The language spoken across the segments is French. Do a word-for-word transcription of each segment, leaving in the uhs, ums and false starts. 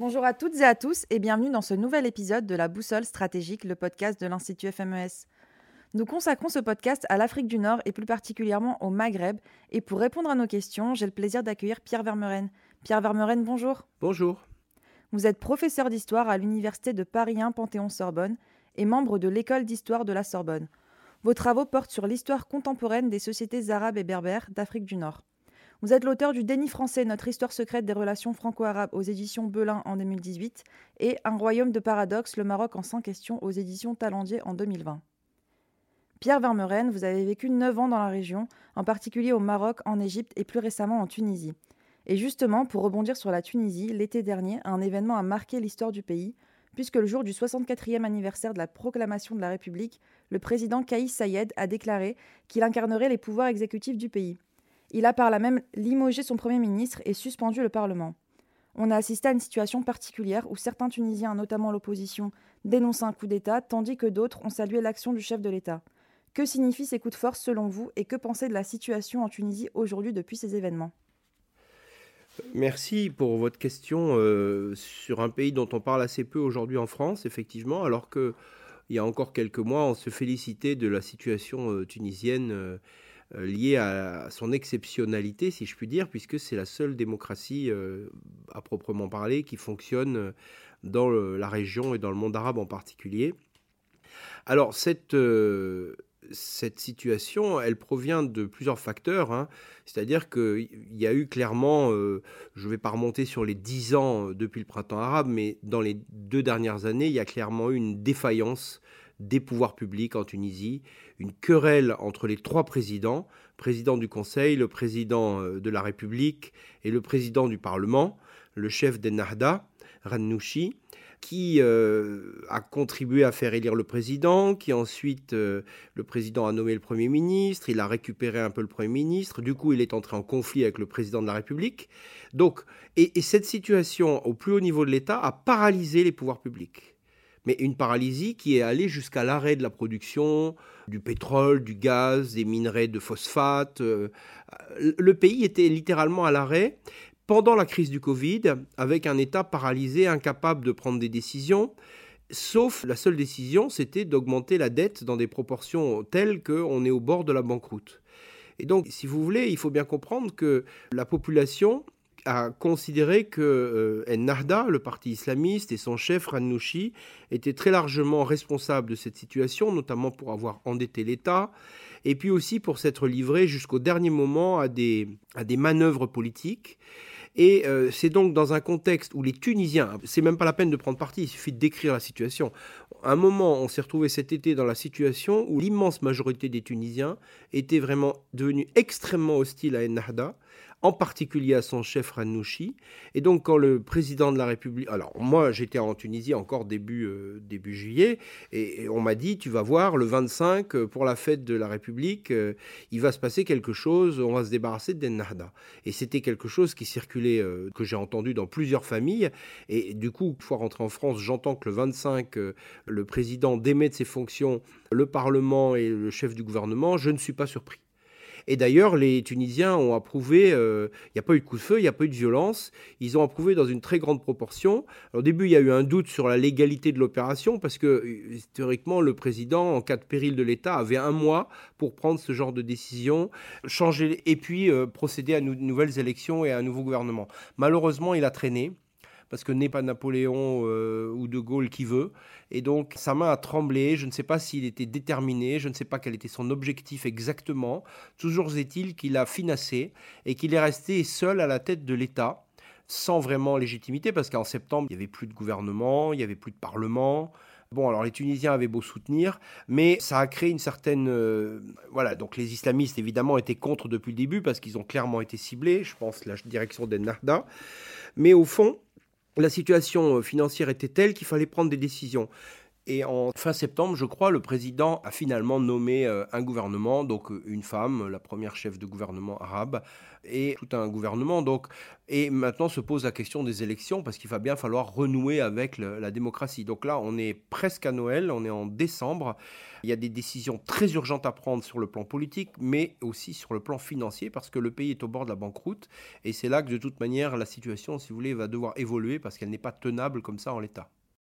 Bonjour à toutes et à tous et bienvenue dans ce nouvel épisode de la Boussole stratégique, le podcast de l'Institut F M E S. Nous consacrons ce podcast à l'Afrique du Nord et plus particulièrement au Maghreb. Et pour répondre à nos questions, j'ai le plaisir d'accueillir Pierre Vermeuren. Pierre Vermeuren, bonjour. Bonjour. Vous êtes professeur d'histoire à l'Université de Paris un Panthéon-Sorbonne et membre de l'École d'histoire de la Sorbonne. Vos travaux portent sur l'histoire contemporaine des sociétés arabes et berbères d'Afrique du Nord. Vous êtes l'auteur du Déni français, notre histoire secrète des relations franco-arabes aux éditions Belin en deux mille dix-huit et Un royaume de paradoxes, le Maroc en cent questions aux éditions Talandier en deux mille vingt. Pierre Vermeuren, vous avez vécu neuf ans dans la région, en particulier au Maroc, en Égypte et plus récemment en Tunisie. Et justement, pour rebondir sur la Tunisie, l'été dernier, un événement a marqué l'histoire du pays, puisque le jour du soixante-quatrième anniversaire de la proclamation de la République, le président Kais Saied a déclaré qu'il incarnerait les pouvoirs exécutifs du pays. Il a par là même limogé son Premier ministre et suspendu le Parlement. On a assisté à une situation particulière où certains Tunisiens, notamment l'opposition, dénonçaient un coup d'État, tandis que d'autres ont salué l'action du chef de l'État. Que signifient ces coups de force selon vous et que pensez de la situation en Tunisie aujourd'hui depuis ces événements ? Merci pour votre question euh, sur un pays dont on parle assez peu aujourd'hui en France, effectivement, alors qu'il y a encore quelques mois, on se félicitait de la situation euh, tunisienne euh, liée à son exceptionnalité, si je puis dire, puisque c'est la seule démocratie euh, à proprement parler qui fonctionne dans le, la région et dans le monde arabe en particulier. Alors, cette... Euh, Cette situation, elle provient de plusieurs facteurs, hein. C'est-à-dire qu'il y a eu clairement, euh, je ne vais pas remonter sur les dix ans depuis le printemps arabe, mais dans les deux dernières années, il y a clairement eu une défaillance des pouvoirs publics en Tunisie, une querelle entre les trois présidents, président du Conseil, le président de la République et le président du Parlement, le chef d'Ennahda, Rannouchi, qui euh, a contribué à faire élire le président, qui ensuite, euh, le président a nommé le Premier ministre, il a récupéré un peu le Premier ministre, du coup il est entré en conflit avec le président de la République. Donc, et, et cette situation au plus haut niveau de l'État a paralysé les pouvoirs publics. Mais une paralysie qui est allée jusqu'à l'arrêt de la production du pétrole, du gaz, des minerais de phosphate. Euh, le pays était littéralement à l'arrêt. Pendant la crise du Covid, avec un État paralysé, incapable de prendre des décisions, sauf la seule décision, c'était d'augmenter la dette dans des proportions telles qu'on est au bord de la banqueroute. Et donc, si vous voulez, il faut bien comprendre que la population a considéré que euh, Ennahda, le parti islamiste, et son chef Rannouchi étaient très largement responsables de cette situation, notamment pour avoir endetté l'État, et puis aussi pour s'être livré jusqu'au dernier moment à des, à des manœuvres politiques. Et euh, c'est donc dans un contexte où les Tunisiens, c'est même pas la peine de prendre parti, il suffit de décrire la situation. À un moment, on s'est retrouvé cet été dans la situation où l'immense majorité des Tunisiens étaient vraiment devenus extrêmement hostiles à Ennahda, en particulier à son chef Rannouchi. Et donc quand le président de la République... Alors moi j'étais en Tunisie encore début, euh, début juillet, et, et on m'a dit, tu vas voir, le vingt-cinq, pour la fête de la République, euh, il va se passer quelque chose, on va se débarrasser d'Ennahda. Et c'était quelque chose qui circulait, euh, que j'ai entendu dans plusieurs familles, et du coup, une fois rentré en France, j'entends que le vingt-cinq, euh, le président démet de ses fonctions le Parlement et le chef du gouvernement, je ne suis pas surpris. Et d'ailleurs, les Tunisiens ont approuvé, il euh, n'y a pas eu de coup de feu, il n'y a pas eu de violence, ils ont approuvé dans une très grande proportion. Alors, au début, il y a eu un doute sur la légalité de l'opération, parce que, théoriquement, le président, en cas de péril de l'État, avait un mois pour prendre ce genre de décision, changer, et puis euh, procéder à de nouvelles élections et à un nouveau gouvernement. Malheureusement, il a traîné, parce que n'est pas Napoléon euh, ou De Gaulle qui veut. Et donc, sa main a tremblé. Je ne sais pas s'il était déterminé. Je ne sais pas quel était son objectif exactement. Toujours est-il qu'il a finassé et qu'il est resté seul à la tête de l'État, sans vraiment légitimité, parce qu'en septembre, il n'y avait plus de gouvernement, il n'y avait plus de parlement. Bon, alors les Tunisiens avaient beau soutenir, mais ça a créé une certaine... Euh, voilà, donc les islamistes, évidemment, étaient contre depuis le début, parce qu'ils ont clairement été ciblés, je pense, la direction d'Ennahda. Mais au fond, la situation financière était telle qu'il fallait prendre des décisions. Et en fin septembre, je crois, le président a finalement nommé euh, un gouvernement, donc euh, une femme, la première chef de gouvernement arabe, et tout un gouvernement. Donc, et maintenant se pose la question des élections, parce qu'il va bien falloir renouer avec le- la démocratie. Donc là, on est presque à Noël, on est en décembre. Il y a des décisions très urgentes à prendre sur le plan politique, mais aussi sur le plan financier, parce que le pays est au bord de la banqueroute. Et c'est là que, de toute manière, la situation, si vous voulez, va devoir évoluer, parce qu'elle n'est pas tenable comme ça en l'état.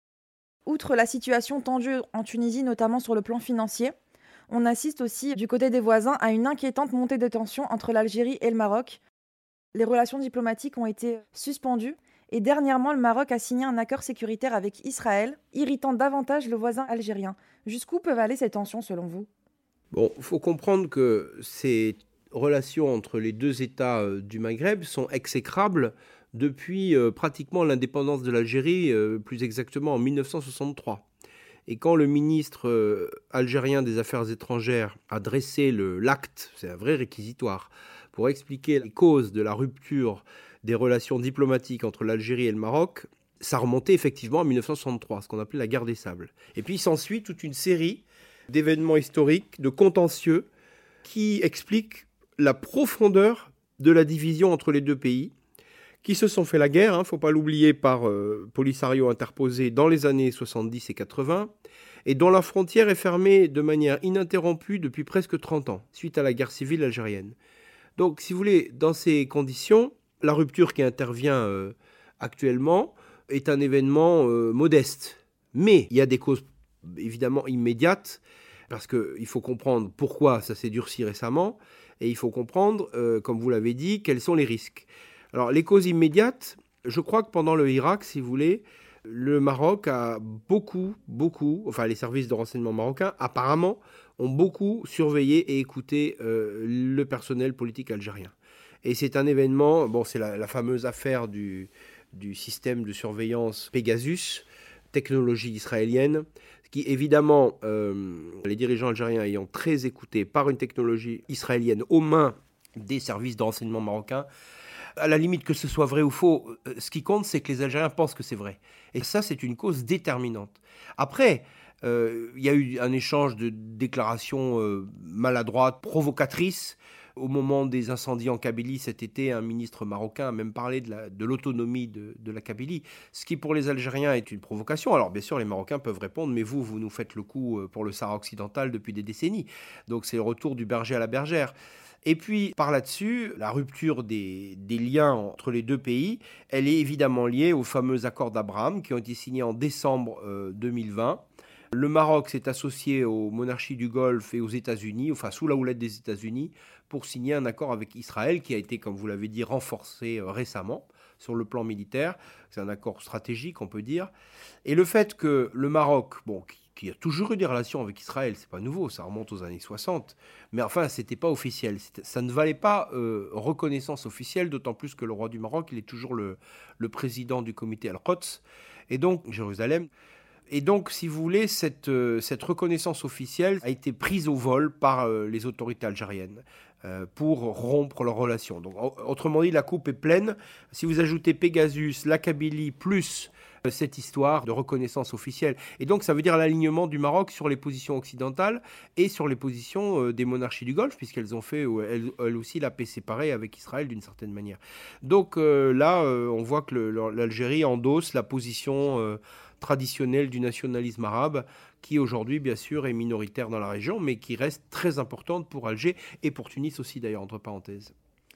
Outre la situation tendue en Tunisie, notamment sur le plan financier, on assiste aussi du côté des voisins à une inquiétante montée de tensions entre l'Algérie et le Maroc. Les relations diplomatiques ont été suspendues et dernièrement le Maroc a signé un accord sécuritaire avec Israël, irritant davantage le voisin algérien. Jusqu'où peuvent aller ces tensions selon vous? Bon, il faut comprendre que ces relations entre les deux États euh, du Maghreb sont exécrables depuis euh, pratiquement l'indépendance de l'Algérie, euh, plus exactement en mille neuf cent soixante-trois. Et quand le ministre euh, algérien des Affaires étrangères a dressé le, l'acte, c'est un vrai réquisitoire, pour expliquer les causes de la rupture des relations diplomatiques entre l'Algérie et le Maroc, ça remontait effectivement en mille neuf cent soixante-trois, ce qu'on appelait la guerre des Sables. Et puis s'ensuit toute une série d'événements historiques, de contentieux, qui expliquent la profondeur de la division entre les deux pays, qui se sont fait la guerre, il hein, ne faut pas l'oublier, par euh, Polisario interposé dans les années soixante-dix et quatre-vingts, et dont la frontière est fermée de manière ininterrompue depuis presque trente ans, suite à la guerre civile algérienne. Donc, si vous voulez, dans ces conditions, la rupture qui intervient euh, actuellement est un événement euh, modeste. Mais il y a des causes évidemment immédiates, parce qu'il faut comprendre pourquoi ça s'est durci récemment, et il faut comprendre, euh, comme vous l'avez dit, quels sont les risques. Alors, les causes immédiates, je crois que pendant le Irak, si vous voulez, le Maroc a beaucoup, beaucoup, enfin les services de renseignement marocains, apparemment, ont beaucoup surveillé et écouté euh, le personnel politique algérien. Et c'est un événement, bon, c'est la, la fameuse affaire du, du système de surveillance Pegasus, technologie israélienne, qui évidemment, euh, les dirigeants algériens ayant très écouté par une technologie israélienne aux mains des services de renseignement marocains, à la limite que ce soit vrai ou faux, ce qui compte, c'est que les Algériens pensent que c'est vrai. Et ça, c'est une cause déterminante. Après, euh, il y a eu un échange de déclarations euh, maladroites, provocatrices. Au moment des incendies en Kabylie cet été, un ministre marocain a même parlé de, la, de l'autonomie de, de la Kabylie, ce qui pour les Algériens est une provocation. Alors bien sûr, les Marocains peuvent répondre, mais vous, vous nous faites le coup pour le Sahara occidental depuis des décennies. Donc c'est le retour du berger à la bergère. Et puis, par là-dessus, la rupture des, des liens entre les deux pays, elle est évidemment liée aux fameux accords d'Abraham qui ont été signés en décembre euh, deux mille vingt. Le Maroc s'est associé aux monarchies du Golfe et aux États-Unis, enfin sous la houlette des États-Unis, pour signer un accord avec Israël qui a été, comme vous l'avez dit, renforcé euh, récemment sur le plan militaire. C'est un accord stratégique, on peut dire. Et le fait que le Maroc, bon, qui qui a toujours eu des relations avec Israël, c'est pas nouveau, ça remonte aux années soixante, mais enfin, c'était pas officiel. C'était, ça ne valait pas euh, reconnaissance officielle, d'autant plus que le roi du Maroc, il est toujours le, le président du comité Al-Quds, et donc Jérusalem. Et donc, si vous voulez, cette, euh, cette reconnaissance officielle a été prise au vol par euh, les autorités algériennes euh, pour rompre leurs relations. Donc, autrement dit, la coupe est pleine. Si vous ajoutez Pegasus, la Kabylie, plus euh, cette histoire de reconnaissance officielle. Et donc, ça veut dire l'alignement du Maroc sur les positions occidentales et sur les positions euh, des monarchies du Golfe, puisqu'elles ont fait, euh, elles, elles aussi, la paix séparée avec Israël d'une certaine manière. Donc euh, là, euh, on voit que le, l'Algérie endosse la position Euh, traditionnelle du nationalisme arabe, qui aujourd'hui, bien sûr, est minoritaire dans la région, mais qui reste très importante pour Alger et pour Tunis aussi, d'ailleurs, entre parenthèses.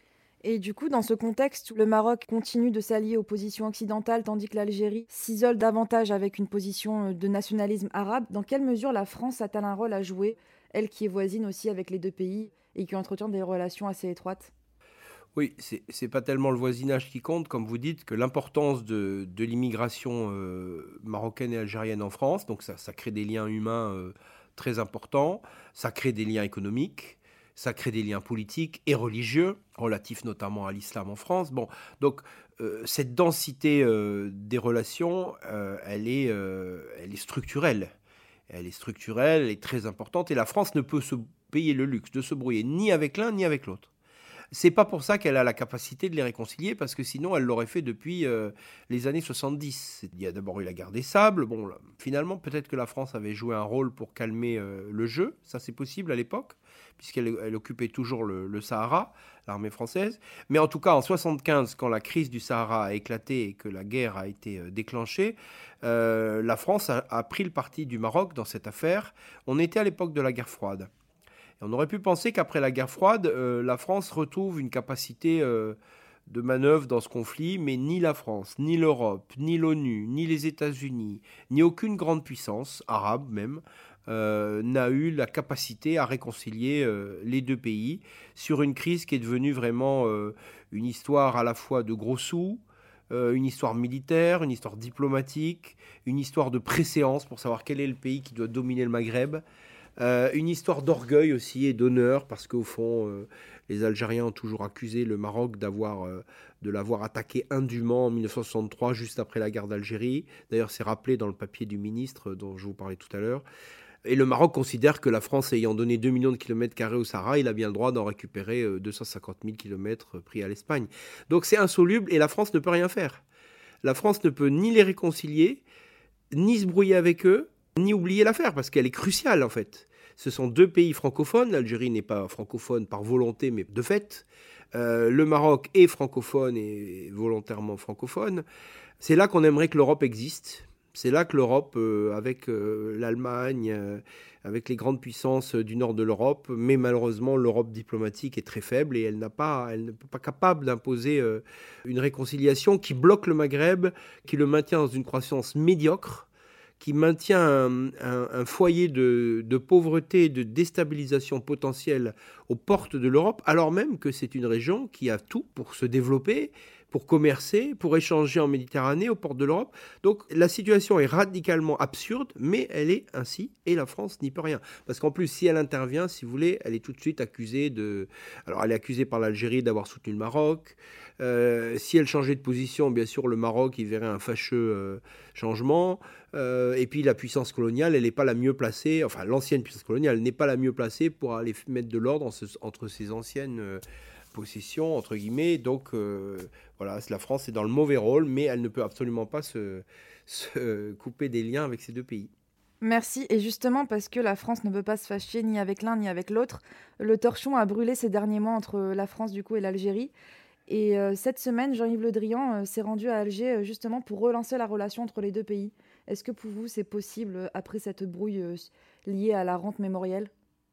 Et du coup, dans ce contexte où le Maroc continue de s'allier aux positions occidentales tandis que l'Algérie s'isole davantage avec une position de nationalisme arabe, dans quelle mesure la France a-t-elle un rôle à jouer, elle qui est voisine aussi avec les deux pays et qui entretient des relations assez étroites ? Oui, c'est, c'est pas tellement le voisinage qui compte, comme vous dites, que l'importance de, de l'immigration euh, marocaine et algérienne en France. Donc ça, ça crée des liens humains euh, très importants, ça crée des liens économiques, ça crée des liens politiques et religieux, relatifs notamment à l'islam en France. Bon, donc euh, cette densité euh, des relations, euh, elle est, euh, elle est structurelle. Elle est structurelle, elle est très importante, et la France ne peut se payer le luxe de se brouiller ni avec l'un ni avec l'autre. C'est pas pour ça qu'elle a la capacité de les réconcilier, parce que sinon elle l'aurait fait depuis euh, les années soixante-dix. Il y a d'abord eu la guerre des sables. Bon, là, finalement, peut-être que la France avait joué un rôle pour calmer euh, le jeu. Ça, c'est possible à l'époque, puisqu'elle elle occupait toujours le, le Sahara, l'armée française. Mais en tout cas, en soixante-quinze, quand la crise du Sahara a éclaté et que la guerre a été euh, déclenchée, euh, la France a, a pris le parti du Maroc dans cette affaire. On était à l'époque de la guerre froide. Et on aurait pu penser qu'après la guerre froide, euh, la France retrouve une capacité euh, de manœuvre dans ce conflit, mais ni la France, ni l'Europe, ni l'ONU, ni les États-Unis, ni aucune grande puissance, arabe même, euh, n'a eu la capacité à réconcilier euh, les deux pays sur une crise qui est devenue vraiment euh, une histoire à la fois de gros sous, euh, une histoire militaire, une histoire diplomatique, une histoire de préséance pour savoir quel est le pays qui doit dominer le Maghreb. Euh, une histoire d'orgueil aussi et d'honneur, parce qu'au fond, euh, les Algériens ont toujours accusé le Maroc d'avoir, euh, de l'avoir attaqué indûment en mille neuf cent soixante-trois, juste après la guerre d'Algérie. D'ailleurs, c'est rappelé dans le papier du ministre dont je vous parlais tout à l'heure. Et le Maroc considère que la France ayant donné deux millions de kilomètres carrés au Sahara, il a bien le droit d'en récupérer euh, deux cent cinquante mille kilomètres pris à l'Espagne. Donc c'est insoluble et la France ne peut rien faire. La France ne peut ni les réconcilier, ni se brouiller avec eux, ni oublier l'affaire, parce qu'elle est cruciale en fait. Ce sont deux pays francophones. L'Algérie n'est pas francophone par volonté, mais de fait. Euh, le Maroc est francophone et volontairement francophone. C'est là qu'on aimerait que l'Europe existe. C'est là que l'Europe, euh, avec euh, l'Allemagne, euh, avec les grandes puissances du nord de l'Europe, mais malheureusement l'Europe diplomatique est très faible et elle n'a pas, elle n'est pas capable d'imposer euh, une réconciliation qui bloque le Maghreb, qui le maintient dans une croissance médiocre, qui maintient un, un, un foyer de, de pauvreté et de déstabilisation potentielle aux portes de l'Europe, alors même que c'est une région qui a tout pour se développer, pour commercer, pour échanger en Méditerranée, aux portes de l'Europe. Donc la situation est radicalement absurde, mais elle est ainsi, et la France n'y peut rien. Parce qu'en plus, si elle intervient, si vous voulez, elle est tout de suite accusée de... Alors elle est accusée par l'Algérie d'avoir soutenu le Maroc. Euh, si elle changeait de position, bien sûr, le Maroc, il verrait un fâcheux euh, changement. Euh, et puis la puissance coloniale, elle n'est pas la mieux placée, enfin l'ancienne puissance coloniale n'est pas la mieux placée pour aller mettre de l'ordre entre ces anciennes... Euh, possession, entre guillemets. Donc, euh, voilà, la France est dans le mauvais rôle, mais elle ne peut absolument pas se, se couper des liens avec ces deux pays. Merci. Et justement, parce que la France ne peut pas se fâcher ni avec l'un ni avec l'autre, le torchon a brûlé ces derniers mois entre la France du coup et l'Algérie. Et euh, cette semaine, Jean-Yves Le Drian euh, s'est rendu à Alger euh, justement pour relancer la relation entre les deux pays. Est-ce que pour vous, c'est possible euh, après cette brouille euh, liée à la rente mémorielle ?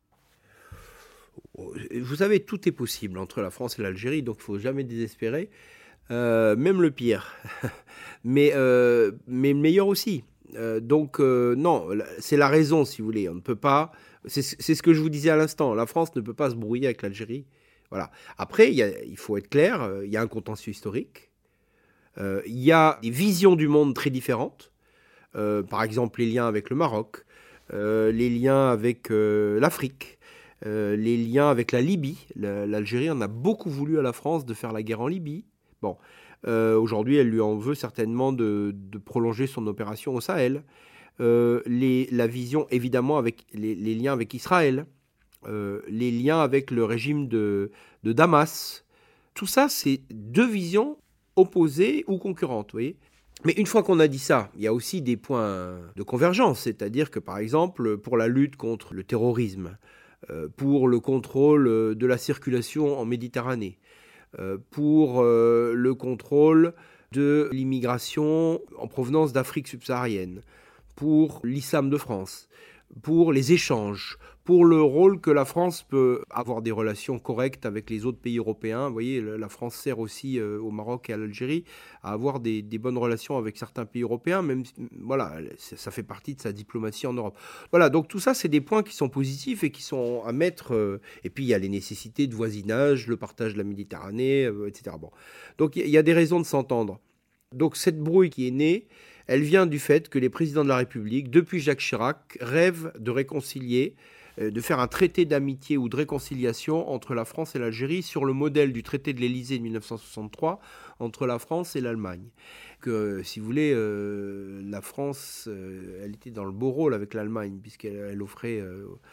Vous savez, tout est possible entre la France et l'Algérie, donc il ne faut jamais désespérer, euh, même le pire, mais, euh, mais le meilleur aussi. Euh, donc euh, non, c'est la raison, si vous voulez. On ne peut pas. C'est, c'est ce que je vous disais à l'instant. La France ne peut pas se brouiller avec l'Algérie. Voilà. Après, il, y a, il faut être clair. Il y a un contentieux historique. Euh, il y a des visions du monde très différentes. Euh, par exemple, les liens avec le Maroc, euh, les liens avec euh, l'Afrique. Euh, les liens avec la Libye. La, L'Algérie en a beaucoup voulu à la France de faire la guerre en Libye. Bon, euh, aujourd'hui, elle lui en veut certainement de, de prolonger son opération au Sahel. Euh, les, la vision, évidemment, avec les, les liens avec Israël, euh, les liens avec le régime de, de Damas. Tout ça, c'est deux visions opposées ou concurrentes, vous voyez. Mais une fois qu'on a dit ça, il y a aussi des points de convergence. C'est-à-dire que, par exemple, pour la lutte contre le terrorisme, pour le contrôle de la circulation en Méditerranée, pour le contrôle de l'immigration en provenance d'Afrique subsaharienne, pour l'islam de France, pour les échanges, pour le rôle que la France peut avoir des relations correctes avec les autres pays européens. Vous voyez, la France sert aussi euh, au Maroc et à l'Algérie à avoir des, des bonnes relations avec certains pays européens, même voilà, ça fait partie de sa diplomatie en Europe. Voilà, donc tout ça, c'est des points qui sont positifs et qui sont à mettre. Euh, et puis, il y a les nécessités de voisinage, le partage de la Méditerranée, euh, et cetera. Bon. Donc, il y a des raisons de s'entendre. Donc, cette brouille qui est née, elle vient du fait que les présidents de la République, depuis Jacques Chirac, rêvent de réconcilier, de faire un traité d'amitié ou de réconciliation entre la France et l'Algérie sur le modèle du traité de l'Élysée de mille neuf cent soixante-trois entre la France et l'Allemagne. Que, si vous voulez, euh, la France, euh, elle était dans le beau rôle avec l'Allemagne, puisqu'elle elle offrait... Euh,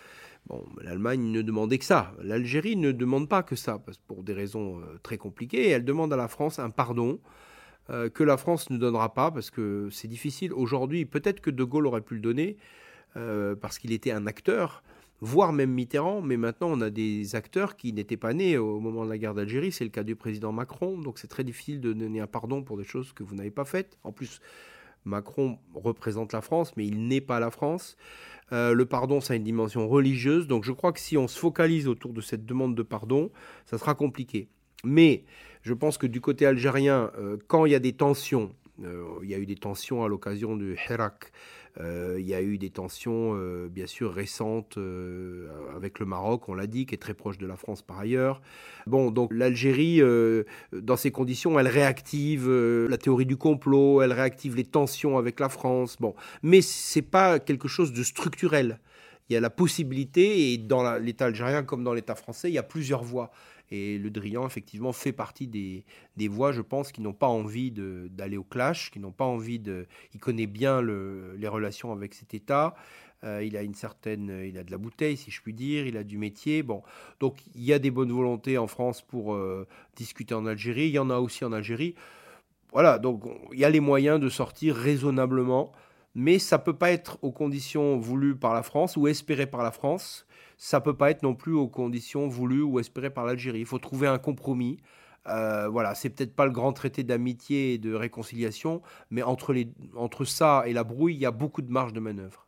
Bon, l'Allemagne ne demandait que ça. L'Algérie ne demande pas que ça, parce, pour des raisons euh, très compliquées. Et elle demande à la France un pardon euh, que la France ne donnera pas, parce que c'est difficile. Aujourd'hui, peut-être que De Gaulle aurait pu le donner, euh, parce qu'il était un acteur, voire même Mitterrand. Mais maintenant, on a des acteurs qui n'étaient pas nés au moment de la guerre d'Algérie. C'est le cas du président Macron. Donc c'est très difficile de donner un pardon pour des choses que vous n'avez pas faites. En plus, Macron représente la France, mais il n'est pas la France. Euh, le pardon, ça a une dimension religieuse. Donc je crois que si on se focalise autour de cette demande de pardon, ça sera compliqué. Mais je pense que du côté algérien, euh, quand il y a des tensions, euh, il y a eu des tensions à l'occasion du Hirak, euh, il y a eu des tensions euh, bien sûr récentes euh, avec le Maroc, on l'a dit, qui est très proche de la France par ailleurs. Bon, donc l'Algérie, euh, dans ces conditions, elle réactive euh, la théorie du complot, elle réactive les tensions avec la France. Bon, mais c'est pas quelque chose de structurel. Il y a la possibilité, et dans la, l'État algérien comme dans l'État français, il y a plusieurs voies. Et Le Drian, effectivement, fait partie des, des voix, je pense, qui n'ont pas envie de, d'aller au clash, qui n'ont pas envie de... Il connaît bien le, les relations avec cet État. Euh, il a une certaine... Il a de la bouteille, si je puis dire. Il a du métier. Bon. Donc, il y a des bonnes volontés en France pour euh, discuter en Algérie. Il y en a aussi en Algérie. Voilà. Donc, on, il y a les moyens de sortir raisonnablement. Mais ça ne peut pas être aux conditions voulues par la France ou espérées par la France. Ça ne peut pas être non plus aux conditions voulues ou espérées par l'Algérie. Il faut trouver un compromis. Euh, voilà, c'est peut-être pas le grand traité d'amitié et de réconciliation, mais entre, les, entre ça et la brouille, il y a beaucoup de marge de manœuvre.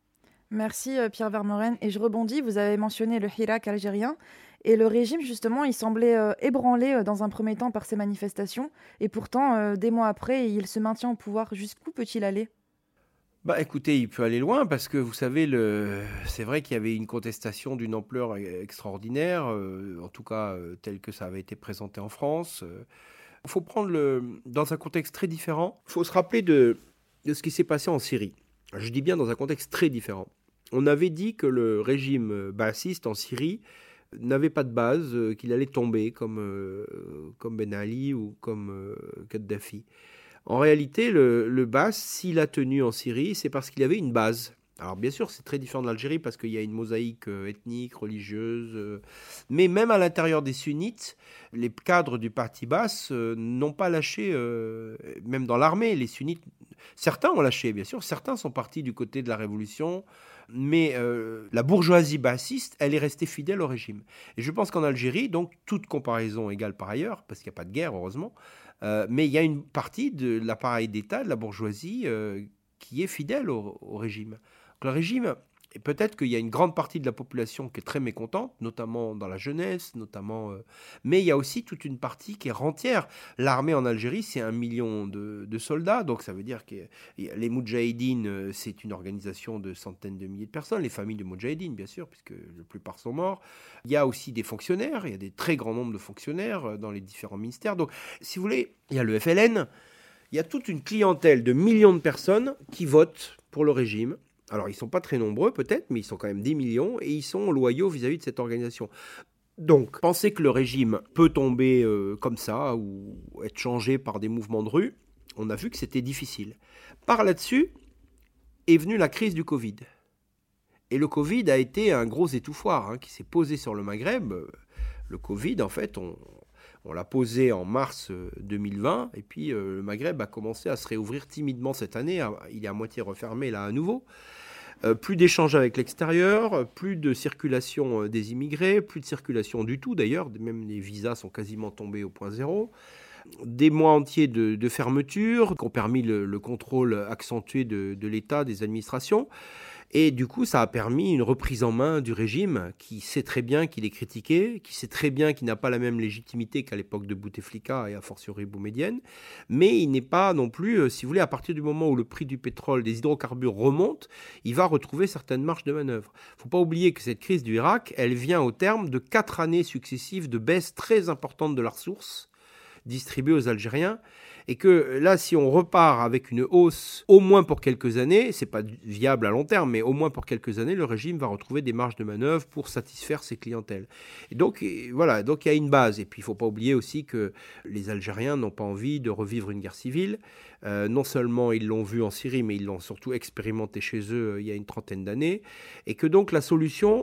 Merci euh, Pierre Vermeuren. Et je rebondis, vous avez mentionné le Hirak algérien. Et le régime, justement, il semblait euh, ébranlé euh, dans un premier temps par ces manifestations. Et pourtant, euh, des mois après, il se maintient au pouvoir. Jusqu'où peut-il aller ? Bah écoutez, il peut aller loin parce que vous savez, le... c'est vrai qu'il y avait une contestation d'une ampleur e- extraordinaire, euh, en tout cas euh, telle que ça avait été présenté en France. Il faut prendre le... dans un contexte très différent. Il faut se rappeler de... de ce qui s'est passé en Syrie. Je dis bien dans un contexte très différent. On avait dit que le régime baathiste en Syrie n'avait pas de base, euh, qu'il allait tomber comme, euh, comme Ben Ali ou comme euh, Kadhafi. En réalité, le, le Baas, s'il a tenu en Syrie, c'est parce qu'il y avait une base. Alors bien sûr, c'est très différent de l'Algérie parce qu'il y a une mosaïque euh, ethnique, religieuse. Euh, mais même à l'intérieur des sunnites, les cadres du parti Baas euh, n'ont pas lâché, euh, même dans l'armée, les sunnites, certains ont lâché, bien sûr, certains sont partis du côté de la révolution, mais euh, la bourgeoisie baassiste, elle est restée fidèle au régime. Et je pense qu'en Algérie, donc toute comparaison égale par ailleurs, parce qu'il n'y a pas de guerre, heureusement, euh, mais il y a une partie de l'appareil d'État, de la bourgeoisie, euh, qui est fidèle au, au régime. Donc, le régime, et peut-être qu'il y a une grande partie de la population qui est très mécontente, notamment dans la jeunesse, notamment, euh, mais il y a aussi toute une partie qui est rentière. L'armée en Algérie, c'est un million de, de soldats, donc ça veut dire que les Moudjahidines, euh, c'est une organisation de centaines de milliers de personnes, les familles de Moudjahidines, bien sûr, puisque la plupart sont morts. Il y a aussi des fonctionnaires, il y a des très grands nombres de fonctionnaires euh, dans les différents ministères. Donc, si vous voulez, il y a le F L N, il y a toute une clientèle de millions de personnes qui votent pour le régime. Alors, ils ne sont pas très nombreux peut-être, mais ils sont quand même des millions et ils sont loyaux vis-à-vis de cette organisation. Donc, penser que le régime peut tomber euh, comme ça ou être changé par des mouvements de rue, on a vu que c'était difficile. Par là-dessus est venue la crise du Covid. Et le Covid a été un gros étouffoir hein, qui s'est posé sur le Maghreb. Le Covid, en fait, on... On l'a posé en mars deux mille vingt et puis euh, le Maghreb a commencé à se réouvrir timidement cette année. Il est à moitié refermé là à nouveau. Euh, plus d'échanges avec l'extérieur, plus de circulation des immigrés, plus de circulation du tout d'ailleurs. Même les visas sont quasiment tombés au point zéro. Des mois entiers de, de fermeture qui ont permis le, le contrôle accentué de, de l'État, des administrations. Et du coup, ça a permis une reprise en main du régime qui sait très bien qu'il est critiqué, qui sait très bien qu'il n'a pas la même légitimité qu'à l'époque de Bouteflika et a fortiori Boumedienne. Mais il n'est pas non plus, si vous voulez, à partir du moment où le prix du pétrole, des hydrocarbures remonte, il va retrouver certaines marges de manœuvre. Il ne faut pas oublier que cette crise du Irak, elle vient au terme de quatre années successives de baisse très importante de la ressource distribuée aux Algériens. Et que là, si on repart avec une hausse, au moins pour quelques années, c'est pas viable à long terme, mais au moins pour quelques années, le régime va retrouver des marges de manœuvre pour satisfaire ses clientèles. Et donc, et voilà, donc il y a une base. Et puis, il ne faut pas oublier aussi que les Algériens n'ont pas envie de revivre une guerre civile. Euh, non seulement ils l'ont vu en Syrie, mais ils l'ont surtout expérimenté chez eux euh, il y a une trentaine d'années. Et que donc, la solution,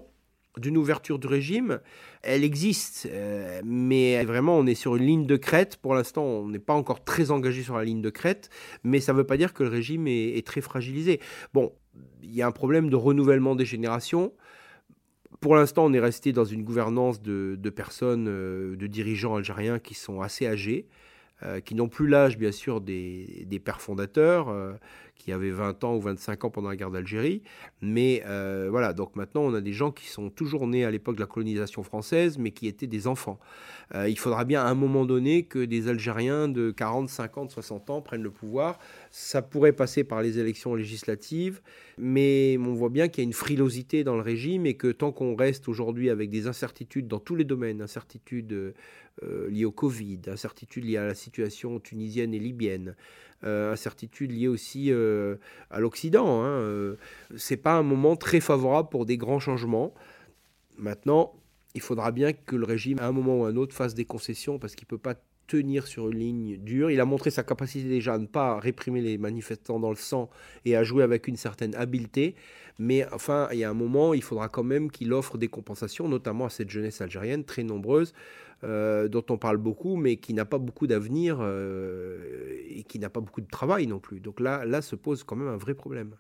d'une ouverture du régime, elle existe, euh, mais vraiment on est sur une ligne de crête. Pour l'instant, on n'est pas encore très engagé sur la ligne de crête, mais ça ne veut pas dire que le régime est, est très fragilisé. Bon, il y a un problème de renouvellement des générations. Pour l'instant, on est resté dans une gouvernance de, de personnes, euh, de dirigeants algériens qui sont assez âgés, euh, qui n'ont plus l'âge, bien sûr, des, des pères fondateurs, euh, qui avaient vingt ans ou vingt-cinq ans pendant la guerre d'Algérie. Mais euh, voilà, donc maintenant, on a des gens qui sont toujours nés à l'époque de la colonisation française, mais qui étaient des enfants. Euh, il faudra bien à un moment donné que des Algériens de quarante, cinquante, soixante ans prennent le pouvoir. Ça pourrait passer par les élections législatives, mais on voit bien qu'il y a une frilosité dans le régime et que tant qu'on reste aujourd'hui avec des incertitudes dans tous les domaines, incertitudes euh, liées au Covid, incertitudes liées à la situation tunisienne et libyenne, euh, incertitudes liées aussi euh, à l'Occident, hein, euh, c'est pas un moment très favorable pour des grands changements. Maintenant, il faudra bien que le régime, à un moment ou à un autre, fasse des concessions parce qu'il ne peut pas tenir sur une ligne dure. Il a montré sa capacité déjà à ne pas réprimer les manifestants dans le sang et à jouer avec une certaine habileté. Mais enfin, il y a un moment, il faudra quand même qu'il offre des compensations, notamment à cette jeunesse algérienne très nombreuse, euh, dont on parle beaucoup, mais qui n'a pas beaucoup d'avenir euh, et qui n'a pas beaucoup de travail non plus. Donc là, là se pose quand même un vrai problème.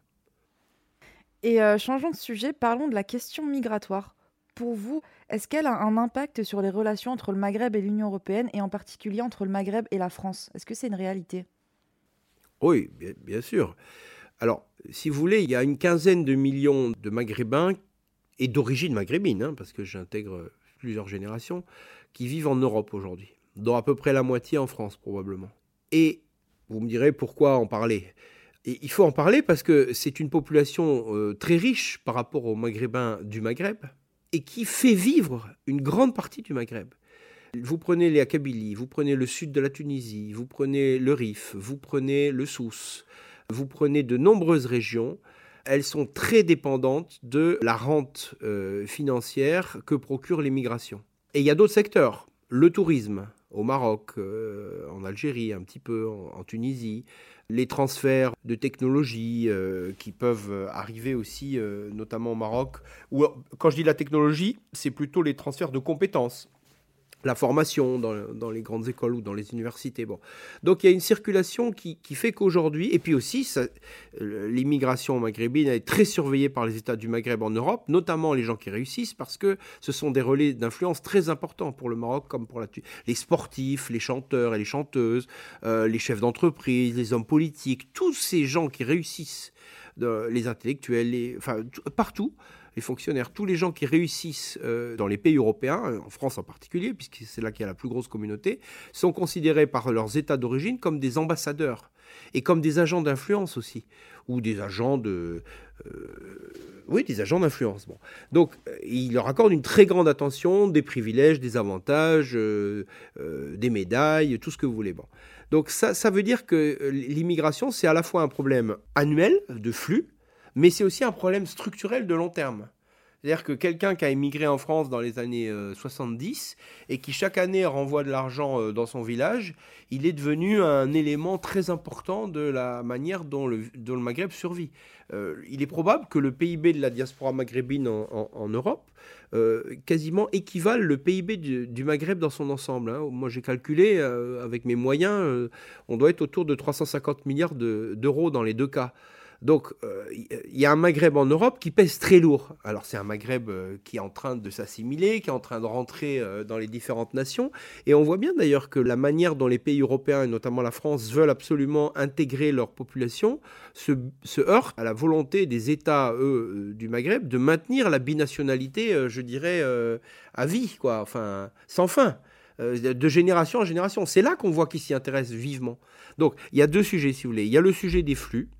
Et euh, changeons de sujet, parlons de la question migratoire. Pour vous, est-ce qu'elle a un impact sur les relations entre le Maghreb et l'Union européenne, et en particulier entre le Maghreb et la France? Est-ce que c'est une réalité? Oui, bien, bien sûr. Alors, si vous voulez, il y a une quinzaine de millions de Maghrébins, et d'origine maghrébine, hein, parce que j'intègre plusieurs générations, qui vivent en Europe aujourd'hui, dont à peu près la moitié en France probablement. Et vous me direz pourquoi en parler? Et il faut en parler parce que c'est une population euh, très riche par rapport aux Maghrébins du Maghreb et qui fait vivre une grande partie du Maghreb. Vous prenez les Kabylie, vous prenez le sud de la Tunisie, vous prenez le Rif, vous prenez le Souss, vous prenez de nombreuses régions. Elles sont très dépendantes de la rente euh, financière que procure l'immigration. Et il y a d'autres secteurs, le tourisme au Maroc, euh, en Algérie, un petit peu en, en Tunisie, les transferts de technologie euh, qui peuvent arriver aussi, euh, notamment au Maroc. Ou, quand je dis la technologie, c'est plutôt les transferts de compétences. La formation dans, dans les grandes écoles ou dans les universités. Bon. Donc il y a une circulation qui, qui fait qu'aujourd'hui, et puis aussi ça, l'immigration maghrébine est très surveillée par les États du Maghreb en Europe, notamment les gens qui réussissent, parce que ce sont des relais d'influence très importants pour le Maroc comme pour la les sportifs, les chanteurs et les chanteuses, euh, les chefs d'entreprise, les hommes politiques, tous ces gens qui réussissent, de, les intellectuels, les, enfin t- partout. Les fonctionnaires, tous les gens qui réussissent euh, dans les pays européens, en France en particulier, puisque c'est là qu'il y a la plus grosse communauté, sont considérés par leurs États d'origine comme des ambassadeurs et comme des agents d'influence aussi, ou des agents de... Euh, oui, des agents d'influence. Bon. Donc, euh, ils leur accordent une très grande attention, des privilèges, des avantages, euh, euh, des médailles, tout ce que vous voulez. Bon. Donc, ça, ça veut dire que l'immigration, c'est à la fois un problème annuel de flux, mais c'est aussi un problème structurel de long terme. C'est-à-dire que quelqu'un qui a émigré en France dans les années euh, soixante-dix et qui chaque année renvoie de l'argent euh, dans son village, il est devenu un élément très important de la manière dont le, dont le Maghreb survit. Euh, il est probable que le P I B de la diaspora maghrébine en, en, en Europe euh, quasiment équivale le P I B du, du Maghreb dans son ensemble. Hein. Moi, j'ai calculé, euh, avec mes moyens, euh, on doit être autour de trois cent cinquante milliards de, d'euros dans les deux cas. Donc, il euh, y a un Maghreb en Europe qui pèse très lourd. Alors, c'est un Maghreb euh, qui est en train de s'assimiler, qui est en train de rentrer euh, dans les différentes nations. Et on voit bien d'ailleurs que la manière dont les pays européens, et notamment la France, veulent absolument intégrer leur population se, se heurte à la volonté des États, eux, euh, du Maghreb, de maintenir la binationalité, euh, je dirais, euh, à vie, quoi. Enfin, sans fin. Euh, de génération en génération. C'est là qu'on voit qu'ils s'y intéressent vivement. Donc, il y a deux sujets, si vous voulez. Il y a le sujet des flux.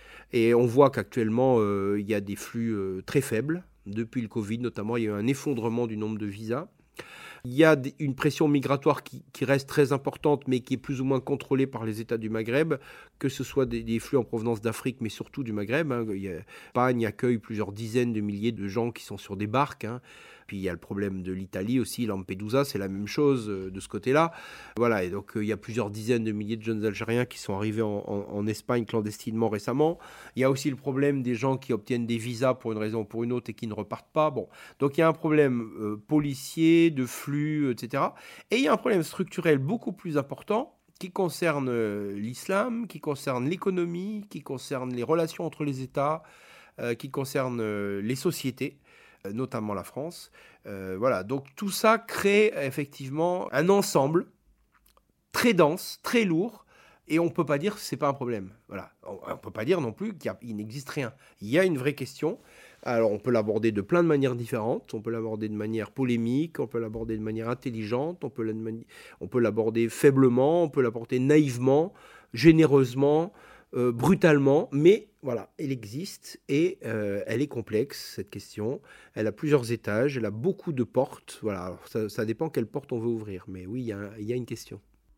Et on voit qu'actuellement, euh, il y a des flux euh, très faibles. Depuis le Covid, notamment, il y a eu un effondrement du nombre de visas. Il y a une pression migratoire qui, qui reste très importante, mais qui est plus ou moins contrôlée par les États du Maghreb, que ce soit des, des flux en provenance d'Afrique, mais surtout du Maghreb. Hein. Il y a, Espagne accueille plusieurs dizaines de milliers de gens qui sont sur des barques. Hein. puis il y a le problème de l'Italie aussi, Lampedusa, c'est la même chose euh, de ce côté-là. Voilà, et donc euh, il y a plusieurs dizaines de milliers de jeunes Algériens qui sont arrivés en, en, en Espagne clandestinement récemment. Il y a aussi le problème des gens qui obtiennent des visas pour une raison ou pour une autre et qui ne repartent pas. Bon, donc il y a un problème euh, policier, de flux, et cetera. Et il y a un problème structurel beaucoup plus important qui concerne euh, l'islam, qui concerne l'économie, qui concerne les relations entre les États, euh, qui concerne euh, les sociétés, euh, notamment la France. Euh, voilà, donc tout ça crée effectivement un ensemble très dense, très lourd, et on ne peut pas dire que ce n'est pas un problème. Voilà. On ne peut pas dire non plus qu'il n'existe rien. Il y a une vraie question. Alors, on peut l'aborder de plein de manières différentes. On peut l'aborder de manière polémique, on peut l'aborder de manière intelligente, on peut, la, on peut l'aborder faiblement, on peut l'aborder naïvement, généreusement, euh, brutalement. Mais voilà, elle existe et euh, elle est complexe, cette question. Elle a plusieurs étages, elle a beaucoup de portes. Voilà, alors ça, ça dépend quelle porte on veut ouvrir. Mais oui, il y a, il y a une question.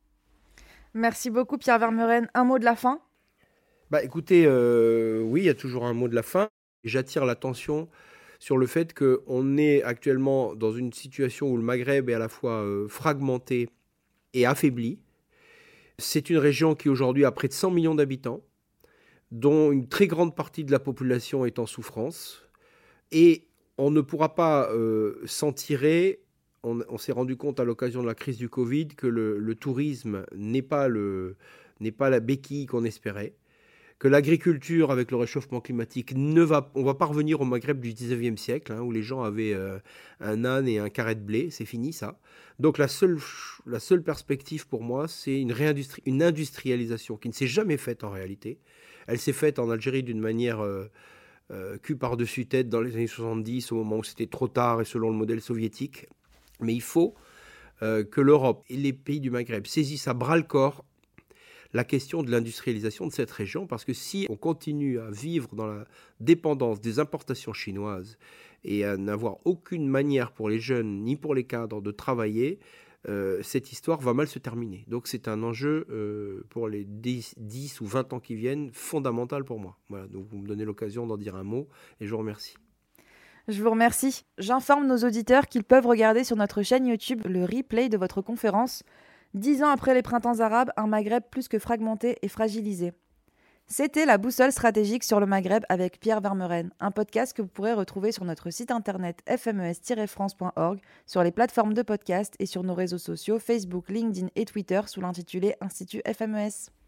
Merci beaucoup, Pierre Vermeuren. Un mot de la fin ? Bah, écoutez, euh, oui, il y a toujours un mot de la fin. J'attire l'attention sur le fait qu'on est actuellement dans une situation où le Maghreb est à la fois euh, fragmenté et affaibli. C'est une région qui aujourd'hui a près de cent millions d'habitants, dont une très grande partie de la population est en souffrance. Et on ne pourra pas euh, s'en tirer. On, on s'est rendu compte à l'occasion de la crise du Covid que le, le tourisme n'est pas, le, n'est pas la béquille qu'on espérait. Que l'agriculture, avec le réchauffement climatique, ne va, on va pas revenir au Maghreb du dix-neuvième siècle, hein, où les gens avaient euh, un âne et un carré de blé, c'est fini ça. Donc la seule, la seule perspective pour moi, c'est une, réindustri- une industrialisation qui ne s'est jamais faite en réalité. Elle s'est faite en Algérie d'une manière euh, euh, cul par-dessus tête dans les années soixante-dix, au moment où c'était trop tard et selon le modèle soviétique. Mais il faut euh, que l'Europe et les pays du Maghreb saisissent à bras-le-corps la question de l'industrialisation de cette région, parce que si on continue à vivre dans la dépendance des importations chinoises et à n'avoir aucune manière pour les jeunes ni pour les cadres de travailler, euh, cette histoire va mal se terminer. Donc c'est un enjeu euh, pour les dix, dix ou vingt ans qui viennent fondamental pour moi. Voilà, donc vous me donnez l'occasion d'en dire un mot et je vous remercie. Je vous remercie. J'informe nos auditeurs qu'ils peuvent regarder sur notre chaîne YouTube le replay de votre conférence Dix ans après les printemps arabes, un Maghreb plus que fragmenté et fragilisé. C'était la boussole stratégique sur le Maghreb avec Pierre Vermeuren, un podcast que vous pourrez retrouver sur notre site internet f m e s tiret france point org, sur les plateformes de podcast et sur nos réseaux sociaux Facebook, LinkedIn et Twitter sous l'intitulé Institut F M E S.